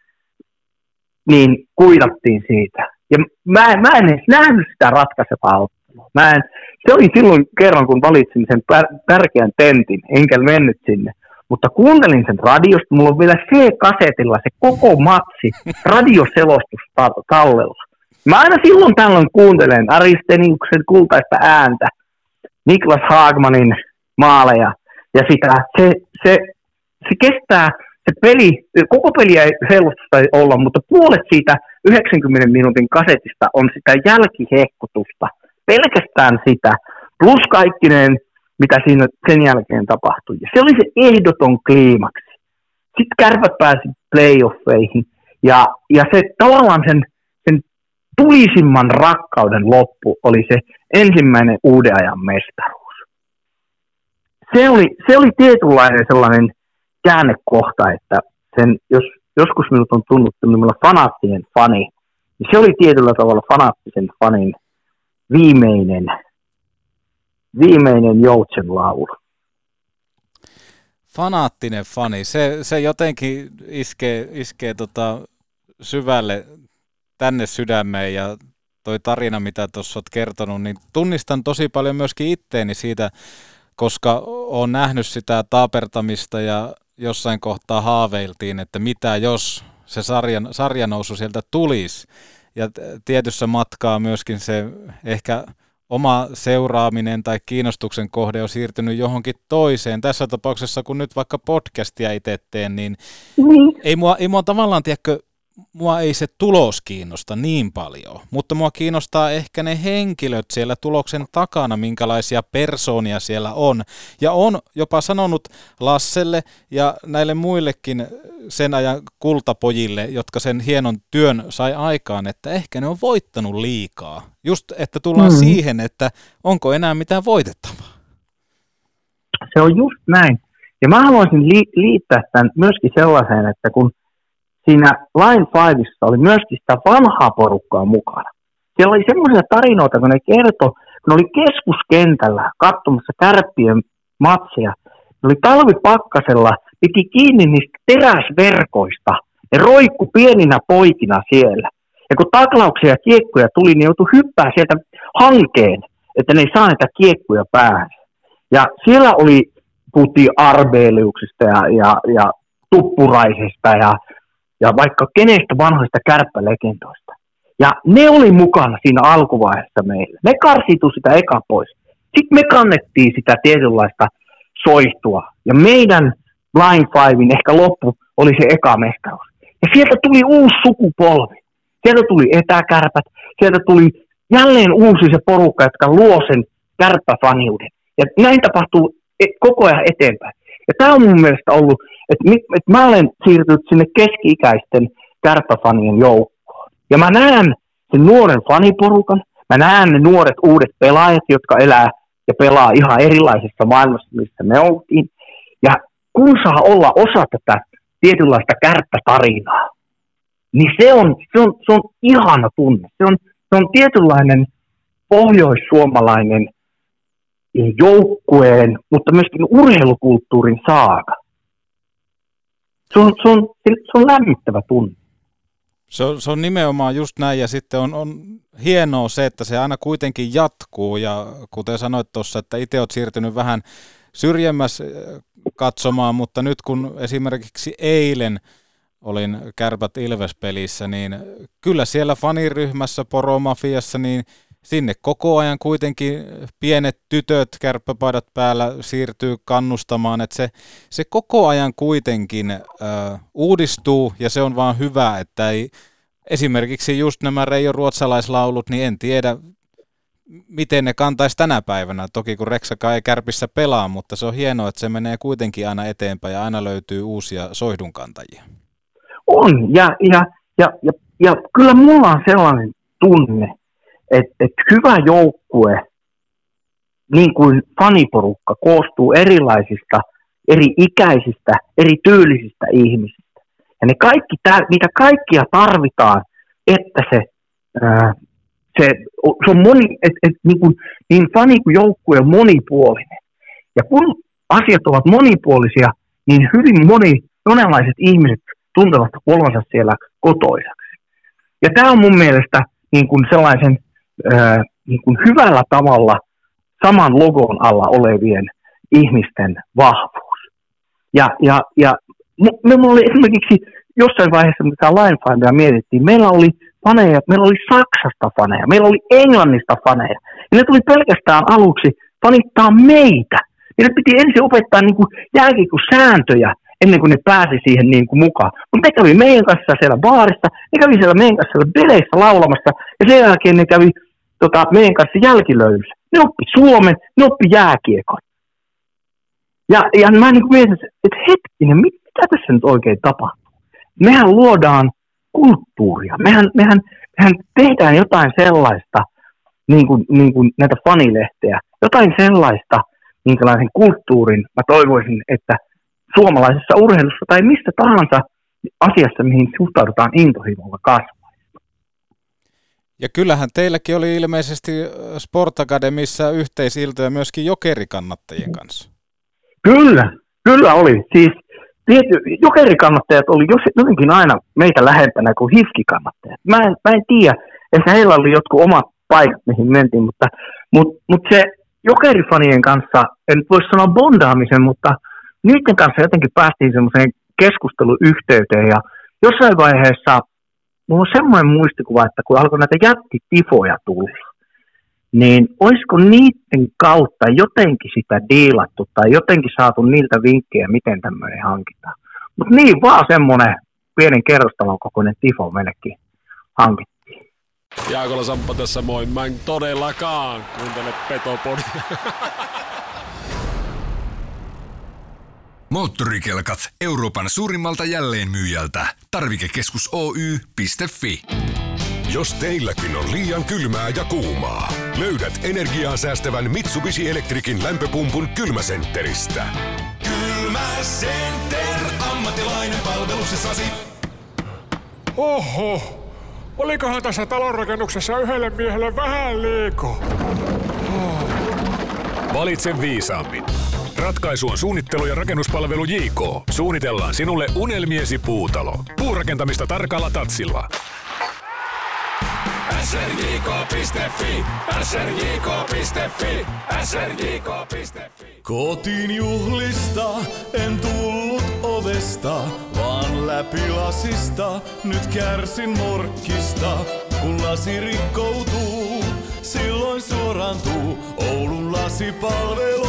niin kuitattiin siitä. Ja mä, mä en edes nähnyt sitä ratkaisevaa ottelua. Mä en, se oli silloin kerran, kun valitsin sen tärkeän tentin, enkä mennyt sinne. Mutta kuuntelin sen radiosta, mulla on vielä C-kasetilla se koko matsi, radioselostus tallella. Mä aina silloin tällöin kuuntelen Ari Steniuksen kultaista ääntä, Niklas Haagmanin maaleja, ja sitä, se, se, se kestää, se peli, koko peliä ei selostusta ei olla, mutta puolet siitä yhdeksänkymmenen minuutin kasetista on sitä jälkihehkutusta, pelkästään sitä, plus kaikkineen, mitä siinä sen jälkeen tapahtui. Ja se oli se ehdoton kliimaksi. Sitten Kärpät pääsi playoffeihin, ja, ja se tavallaan sen, sen tulisimman rakkauden loppu oli se ensimmäinen uuden ajan mestaruus. Se oli, se oli tietynlainen sellainen käännekohta, että sen, jos joskus minut on tunnuttu nimellä fanaattinen fani, niin se oli tietyllä tavalla fanaattisen fanin viimeinen Viimeinen joutsenlaulu. Fanaattinen fani, se, se jotenkin iskee, iskee tota syvälle tänne sydämeen ja toi tarina, mitä tuossa olet kertonut, niin tunnistan tosi paljon myöskin itteeni siitä, koska olen nähnyt sitä taapertamista ja jossain kohtaa haaveiltiin, että mitä jos se sarjan, sarjanousu sieltä tulisi. Ja tietyssä matkaa myöskin se ehkä oma seuraaminen tai kiinnostuksen kohde on siirtynyt johonkin toiseen. Tässä tapauksessa, kun nyt vaikka podcastia itse teen, niin mm. ei, mua, ei mua tavallaan, tiedätkö, mua ei se tulos kiinnosta niin paljon, mutta mua kiinnostaa ehkä ne henkilöt siellä tuloksen takana, minkälaisia persoonia siellä on. Ja on jopa sanonut Lasselle ja näille muillekin sen ajan kultapojille, jotka sen hienon työn sai aikaan, että ehkä ne on voittanut liikaa. Just, että tullaan mm. siihen, että onko enää mitään voitettavaa. Se on just näin. Ja mä haluaisin li- liittää tämän myöskin sellaiseen, että kun siinä Line Fivessa oli myöskin sitä vanhaa porukkaa mukana. Siellä oli semmoisia tarinoita, kun ne kertoi, kun ne oli keskuskentällä katsomassa Kärppien matseja. Ne oli talvipakkasella, piti kiinni niistä teräsverkoista. Ne roikku pieninä poikina siellä. Ja kun taklauksia ja kiekkoja tuli, niin joutui hyppää sieltä hankeen, että ne ei saa niitä kiekkoja päähän. Ja siellä oli, puhuttiin Arbeliuksista ja, ja, ja Tuppuraisesta ja ja vaikka kenestä vanhoista kärppälegendoista. Ja ne oli mukana siinä alkuvaiheessa meillä. Ne karsitui sitä eka pois. Sitten me kannettiin sitä tietynlaista soihtua. Ja meidän Line Fiven ehkä loppu oli se eka mestaruus. Ja sieltä tuli uusi sukupolvi. Sieltä tuli etäkärpät. Sieltä tuli jälleen uusi se porukka, jotka luo sen kärppäfaniuden. Ja näin tapahtuu koko ajan eteenpäin. Ja tämä on mun mielestä ollut, että, että mä olen siirtynyt sinne keski-ikäisten kärppäfanien joukkoon. Ja mä näen sen nuoren faniporukan, mä näen ne nuoret uudet pelaajat, jotka elää ja pelaa ihan erilaisessa maailmassa, mistä me oltiin. Ja kun saa olla osa tätä tietynlaista kärppätarinaa, niin se on, se on, se on ihana tunne. Se on, se on tietynlainen pohjoissuomalainen joukkueen, mutta myöskin urheilukulttuurin saaga. Se on, se on, se on lämmittävä tunne. Se on, se on nimenomaan just näin, ja sitten on, on hienoa se, että se aina kuitenkin jatkuu, ja kuten sanoit tuossa, että itse olet siirtynyt vähän syrjemmäs katsomaan, mutta nyt kun esimerkiksi eilen olin Kärpät Ilves-pelissä, niin kyllä siellä faniryhmässä, Poromafiassa, niin sinne koko ajan kuitenkin pienet tytöt kärppäpaidat päällä siirtyy kannustamaan, että se, se koko ajan kuitenkin ö, uudistuu, ja se on vaan hyvä, että ei, esimerkiksi just nämä Reijo ruotsalaislaulut, niin en tiedä, miten ne kantaisi tänä päivänä. Toki kun Reksakaan ei Kärpissä pelaa, mutta se on hienoa, että se menee kuitenkin aina eteenpäin ja aina löytyy uusia soihdunkantajia. On, ja, ja, ja, ja, ja kyllä mulla on sellainen tunne, että et hyvä joukkue, niin kuin faniporukka, koostuu erilaisista, eri ikäisistä, eri tyylisistä ihmisistä. Ja ne kaikki, niitä kaikkia tarvitaan, että se, ää, se, se on moni, et, et, niin, kuin, niin fani kuin joukkue on monipuolinen. Ja kun asiat ovat monipuolisia, niin hyvin moni, monenlaiset ihmiset tuntevat olonsa siellä kotoisaksi. Ja tämä on mun mielestä niin kuin sellaisen ää, niin kuin hyvällä tavalla saman logon alla olevien ihmisten vahvuus. Ja, ja, ja me, me oli esimerkiksi jossain vaiheessa, kun tätä Line Fivea mietittiin, meillä oli faneja, meillä oli Saksasta faneja, meillä oli Englannista faneja. Ja ne tuli pelkästään aluksi fanittaa meitä. Ja ne piti ensin opettaa niin kuin jääkiekkosääntöjä ennen kuin ne pääsi siihen niin kuin mukaan. Mutta ne kävi meidän kanssa siellä baarissa, ne kävi siellä meidän kanssa siellä bileissä laulamassa, ja sen jälkeen ne kävi tota, meidän kanssa jälkilöidyssä. Ne oppi suomen, ne oppi jääkiekon. Ja, ja mä niin kuin mietin, että hetkinen, mit, mitä tässä nyt oikein tapahtuu? Mehän luodaan kulttuuria, mehän, mehän, mehän tehdään jotain sellaista, niin kuin, niin kuin näitä fanilehtejä, jotain sellaista, minkälaisen kulttuurin mä toivoisin, että suomalaisessa urheilussa tai mistä tahansa asiassa, mihin suhtaudutaan intohimolla kasvaessa. Ja kyllähän teilläkin oli ilmeisesti Sport Academissa yhteisiltoja myöskin jokerikannattajien kanssa. Kyllä, kyllä oli. Siis jokerikannattajat oli jotenkin aina meitä lähempänä kuin H I F K-kannattajat. Mä en, mä en tiedä, että heillä oli jotkut omat paikat, mihin mentiin, mutta, mutta, mutta se jokerifanien kanssa, en voi sanoa bondaamisen, mutta niiden kanssa jotenkin päästiin semmoiseen keskusteluyhteyteen, ja jossain vaiheessa mulla on semmoinen muistikuva, että kun alkoi näitä jättitifoja tulla, niin olisiko niiden kautta jotenkin sitä diilattu tai jotenkin saatu niiltä vinkkejä, miten tämmöinen hankitaan. Mutta niin vaan semmoinen pienen kerrostalon kokoinen tifo meillekin hankittiin. Jaakola Samppa tässä moi. Mä en todellakaan kuuntele Petopodia. Moottorikelkat Euroopan suurimmalta jälleenmyyjältä. Tarvikekeskus Oy piste fi. Jos teilläkin on liian kylmää ja kuumaa, löydät energiaa säästävän Mitsubishi Electricin lämpöpumpun kylmäsentteristä. Kylmäcenter, ammattilainen palveluksessasi. Oho, olikohan tässä talonrakennuksessa yhdelle miehelle vähän liikaa? Oh. Valitse viisaammin. Ratkaisu on suunnittelu- ja rakennuspalvelu J K. Suunnitellaan sinulle unelmiesi puutalo. Puurakentamista tarkalla tatsilla. S R J K piste fi, S R J K piste fi, S R J K piste fi. Kotiin juhlista en tullut ovesta, vaan läpi lasista. Nyt kärsin morkkista, kun lasi rikkoutuu. Silloin suoraantuu Oulun lasipalvelu.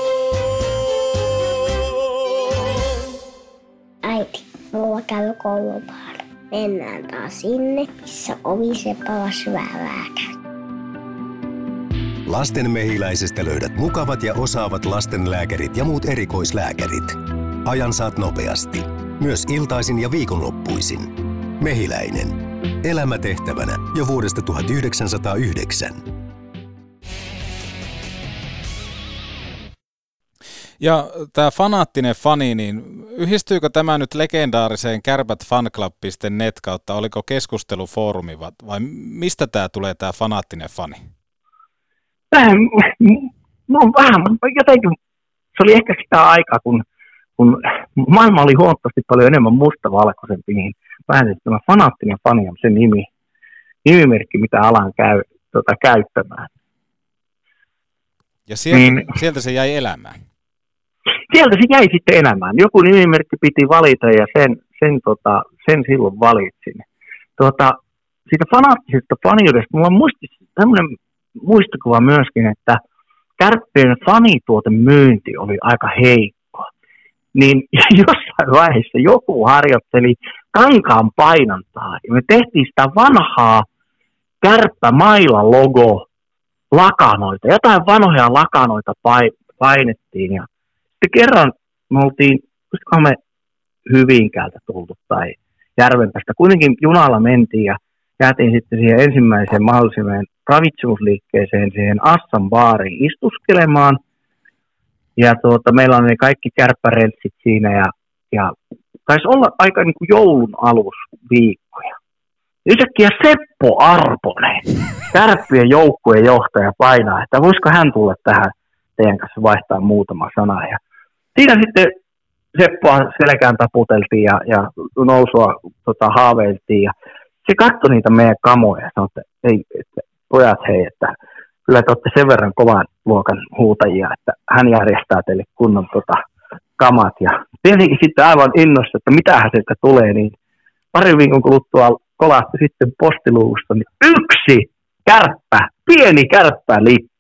Äiti, mulla käy koulupaari. Mennään taas sinne, missä oviseppä syvää käy. Lasten Mehiläisestä löydät mukavat ja osaavat lastenlääkärit ja muut erikoislääkärit. Ajan saat nopeasti, myös iltaisin ja viikonloppuisin. Mehiläinen. Elämä tehtävänä jo vuodesta tuhatyhdeksänsataayhdeksän. Ja tämä fanaattinen fani, niin yhdistyykö tämä nyt legendaariseen kärpät fanclub piste net kautta, oliko keskustelufoorumi vai mistä tämä tulee tämä fanaattinen fani? Vähän, no vähän, jotenkin, se oli ehkä sitä aikaa, kun, kun maailma oli huomattavasti paljon enemmän mustavalkoisempi, niin vähän tämä fanaattinen fani on se nimi, nimimerkki, mitä alan käy, tota, käyttämään. Ja sieltä, niin, sieltä se jäi elämään? Sieltä se jäi sitten elämään. Joku nimimerkki piti valita ja sen, sen, tota, sen silloin valitsin. Tota, siitä fanaattisesta faniudesta mulla on muisti, tämmöinen muistikuva myöskin, että Kärppien fanituotemyynti oli aika heikko. Niin jossain vaiheessa joku harjoitteli kankaan painantaa ja me tehtiin sitä vanhaa Kärppä-mailan logo lakanoita. Jotain vanhoja lakanoita painettiin ja sitten kerran me oltiin, olisikohan me Hyvinkäältä tultu tai Järvenpäästä, kuitenkin junalla mentiin ja jäätiin sitten siihen ensimmäiseen mahdolliseen ravitsemusliikkeeseen, siihen Assan baariin istuskelemaan. Ja tuota, meillä on ne kaikki kärppäreltsit siinä ja, ja taisi olla aika niin kuin joulun alusviikkoja. Yhtäkkiä Seppo Arponen, Kärppien joukkueen johtaja, painaa, että voisiko hän tulla tähän teidän kanssa vaihtaa muutama sana. Ja siinä sitten Seppoa selkään taputeltiin ja, ja nousua tota, haaveiltiin. Ja se katsoi niitä meidän kamoja ja sanoi, että, ei, että pojat hei, että kyllä te olette sen verran kovan luokan huutajia, että hän järjestää teille kunnon tota, kamat. Ja tietenkin sitten aivan innossa, että mitähän sieltä tulee, niin pari viikon kuluttua kolahti sitten postiluusta, niin yksi kärppä, pieni kärppälippu.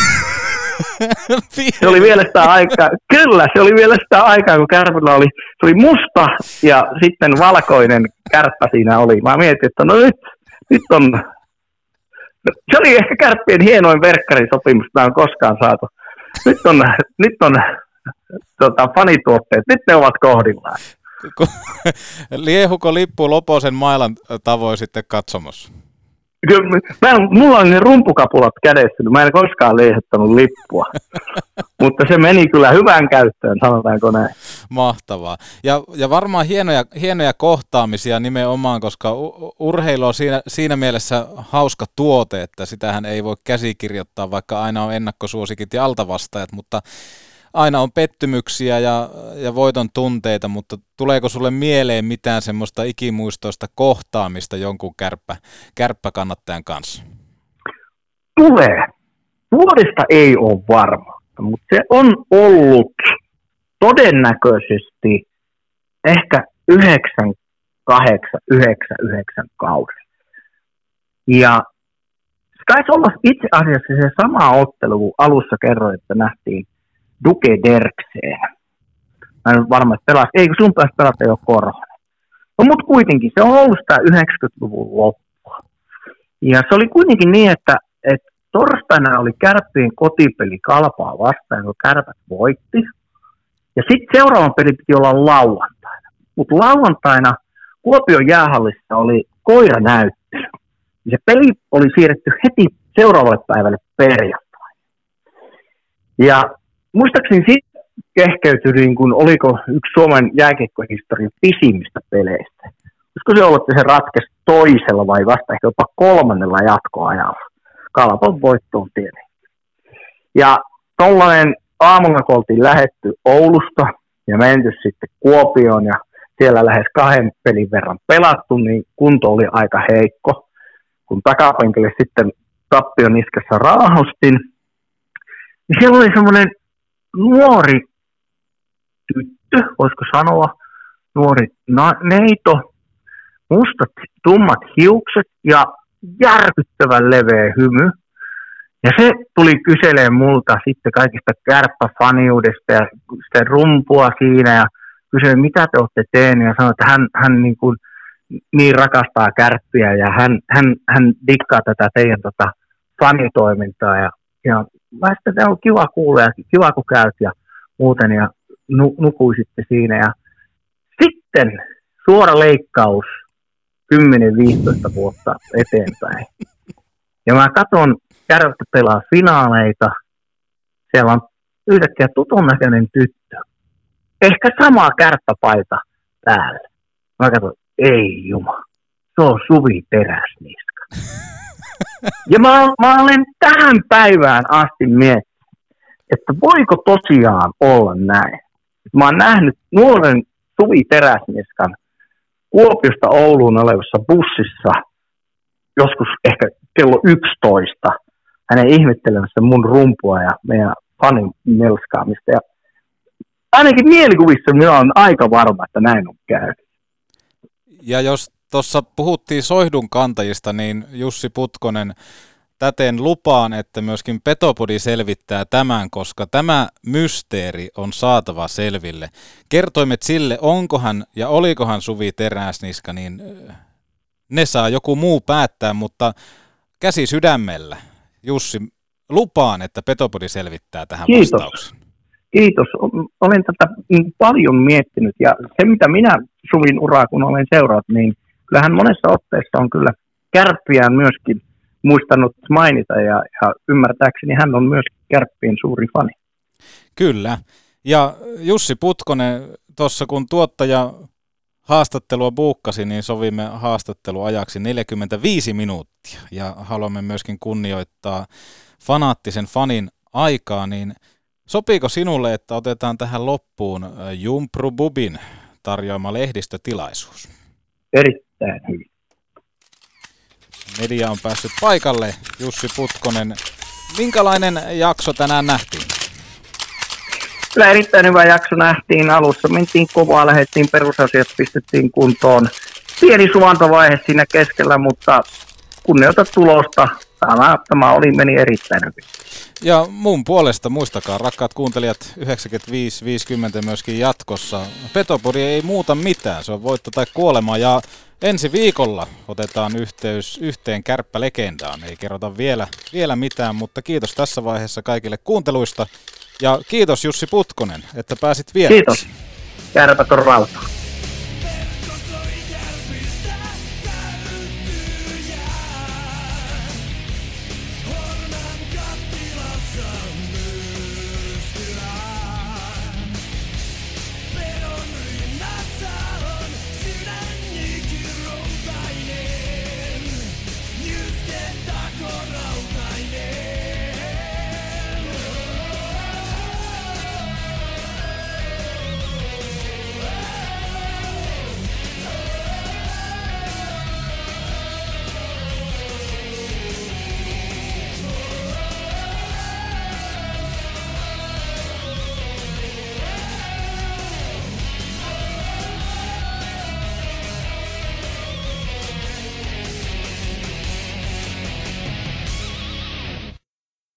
Se oli vielä sitä aikaa, kyllä se oli vielä sitä aikaa, kun kärpällä oli, se oli musta ja sitten valkoinen kärppä siinä oli. Mä mietin, että no nyt, nyt on, se oli ehkä Kärppien hienoin verkkarisopimus, mitä on koskaan saatu. Nyt on, nyt on tota, fanituotteet, nyt ne ovat kohdillaan. Liehuko lippu Loposen mailan tavoin sitten katsomossa? Mä en, mulla on ne rumpukapulat kädessä, mä en koskaan liehottanut lippua, mutta se meni kyllä hyvään käyttöön, sanotaanko näin. Mahtavaa. Ja, ja varmaan hienoja, hienoja kohtaamisia nimenomaan, koska urheilu on siinä, siinä mielessä hauska tuote, että sitähän ei voi käsikirjoittaa, vaikka aina on ennakkosuosikit ja altavastajat, mutta aina on pettymyksiä ja, ja voiton tunteita, mutta tuleeko sulle mieleen mitään semmoista ikimuistoista kohtaamista jonkun kärppä, kärppäkannattajan kanssa? Tulee. Vuodesta ei ole varma, mutta se on ollut todennäköisesti ehkä yhdeksänkymmentäkahdeksan yhdeksänkymmentäyhdeksän kaudella. Ja se taisi olla itse asiassa se sama ottelu, kun alussa kerroin, että nähtiin Duke Derkseen. Mä en ole varma, että pelasi. Ei, kun sun pääsi pelata jo Korhonen. No mut kuitenkin, se on ollut sitä yhdeksänkymmentäluvun loppua. Ja se oli kuitenkin niin, että, että torstaina oli Kärppien kotipeli Kalpaa vastaan, kun Kärpät voitti. Ja sitten seuraavan peli piti olla lauantaina. Mutta lauantaina Kuopion jäähallissa oli koiranäyttely. Se peli oli siirretty heti seuraavalle päivälle perjantaina. Ja muistaakseni siitä kehkeytyi, niin kun oliko yksi Suomen jääkiekkohistorian pisimmistä peleistä. Olisiko se ollut, että se ratkesi toisella vai vasta ehkä jopa kolmannella jatkoajalla. Kalpan voittoon tietenkin. Ja tollainen aamulla kun oltiin lähdetty Oulusta ja menty sitten Kuopioon ja siellä lähes kahden pelin verran pelattu, niin kunto oli aika heikko. Kun takapenkille sitten tappion niskassa raahustin, niin siellä oli semmoinen nuori tyttö, voisiko sanoa, nuori na- neito, mustat tummat hiukset ja järkyttävän leveä hymy. Ja se tuli kyselemään multa sitten kaikista kärppäfaniudesta ja sitä rumpua siinä ja kysyi, mitä te olette tehneet, ja sanoi, että hän, hän niin, kuin, niin rakastaa Kärppiä ja hän, hän, hän dikkaa tätä teidän tota, fanitoimintaa. Ja, ja mä sitten, on kiva kuulla ja kiva kun käyt ja muuten ja nu, nukuisitte siinä. Ja sitten suora leikkaus kymmenen viisitoista vuotta eteenpäin. Ja mä katson Kärpät pelaa finaaleita. Siellä on yhtäkkiä tutun näköinen tyttö. Ehkä sama kärppäpaita päällä. Mä katson, ei juma, se on Suvi Teräsniska. Ja mä, mä olen tähän päivään asti miettinyt, että voiko tosiaan olla näin. Mä oon nähnyt nuoren Suvi Teräsniskan Kuopiosta Ouluun olevassa bussissa joskus ehkä kello yksitoista. Hänen ihmettelemässä mun rumpua ja meidän fanin melskaamista. Ja ainakin mielikuvissa minä olen aika varma, että näin on käynyt. Ja jos tuossa puhuttiin Soihdun kantajista, niin Jussi Putkonen, täten lupaan, että myöskin Petopodi selvittää tämän, koska tämä mysteeri on saatava selville. Kertoimet sille, onkohan ja olikohan Suvi Teräsniska, niin ne saa joku muu päättää, mutta käsi sydämellä. Jussi, lupaan, että Petopodi selvittää tähän Kiitos. vastauksen. Kiitos. Olen tätä paljon miettinyt ja se mitä minä Suvin uraa kun olen seurannut, niin kyllähän monessa otteessa on kyllä Kärppiään myöskin muistanut mainita ja, ja ymmärtääkseni hän on myös Kärppien suuri fani. Kyllä. Ja Jussi Putkonen, tuossa kun tuottaja haastattelua buukkasi, niin sovimme haastatteluajaksi neljäkymmentäviisi minuuttia ja haluamme myöskin kunnioittaa fanaattisen fanin aikaa, niin sopiiko sinulle, että otetaan tähän loppuun Jumpru Bubin tarjoama lehdistötilaisuus? Erittäin hyvin. Media on päässyt paikalle. Jussi Putkonen, minkälainen jakso tänään nähtiin? Kyllä erittäin hyvä jakso nähtiin alussa. Mentiin kovaa, lähdettiin perusasiat, pistettiin kuntoon. Pieni suvantovaihe siinä keskellä, mutta kunnioita tulosta. Tämä, tämä oli, meni erittäin hyvin. Ja mun puolesta muistakaa, rakkaat kuuntelijat, yhdeksänkymmentäviisi viisikymmentä myöskin jatkossa. Petopodi ei muuta mitään, se on voitto tai kuolema. Ja ensi viikolla otetaan yhteys yhteen kärppälegendaan. Ei kerrota vielä, vielä mitään, mutta kiitos tässä vaiheessa kaikille kuunteluista. Ja kiitos Jussi Putkonen, että pääsit vielä. Kiitos. Kärpät on rauta.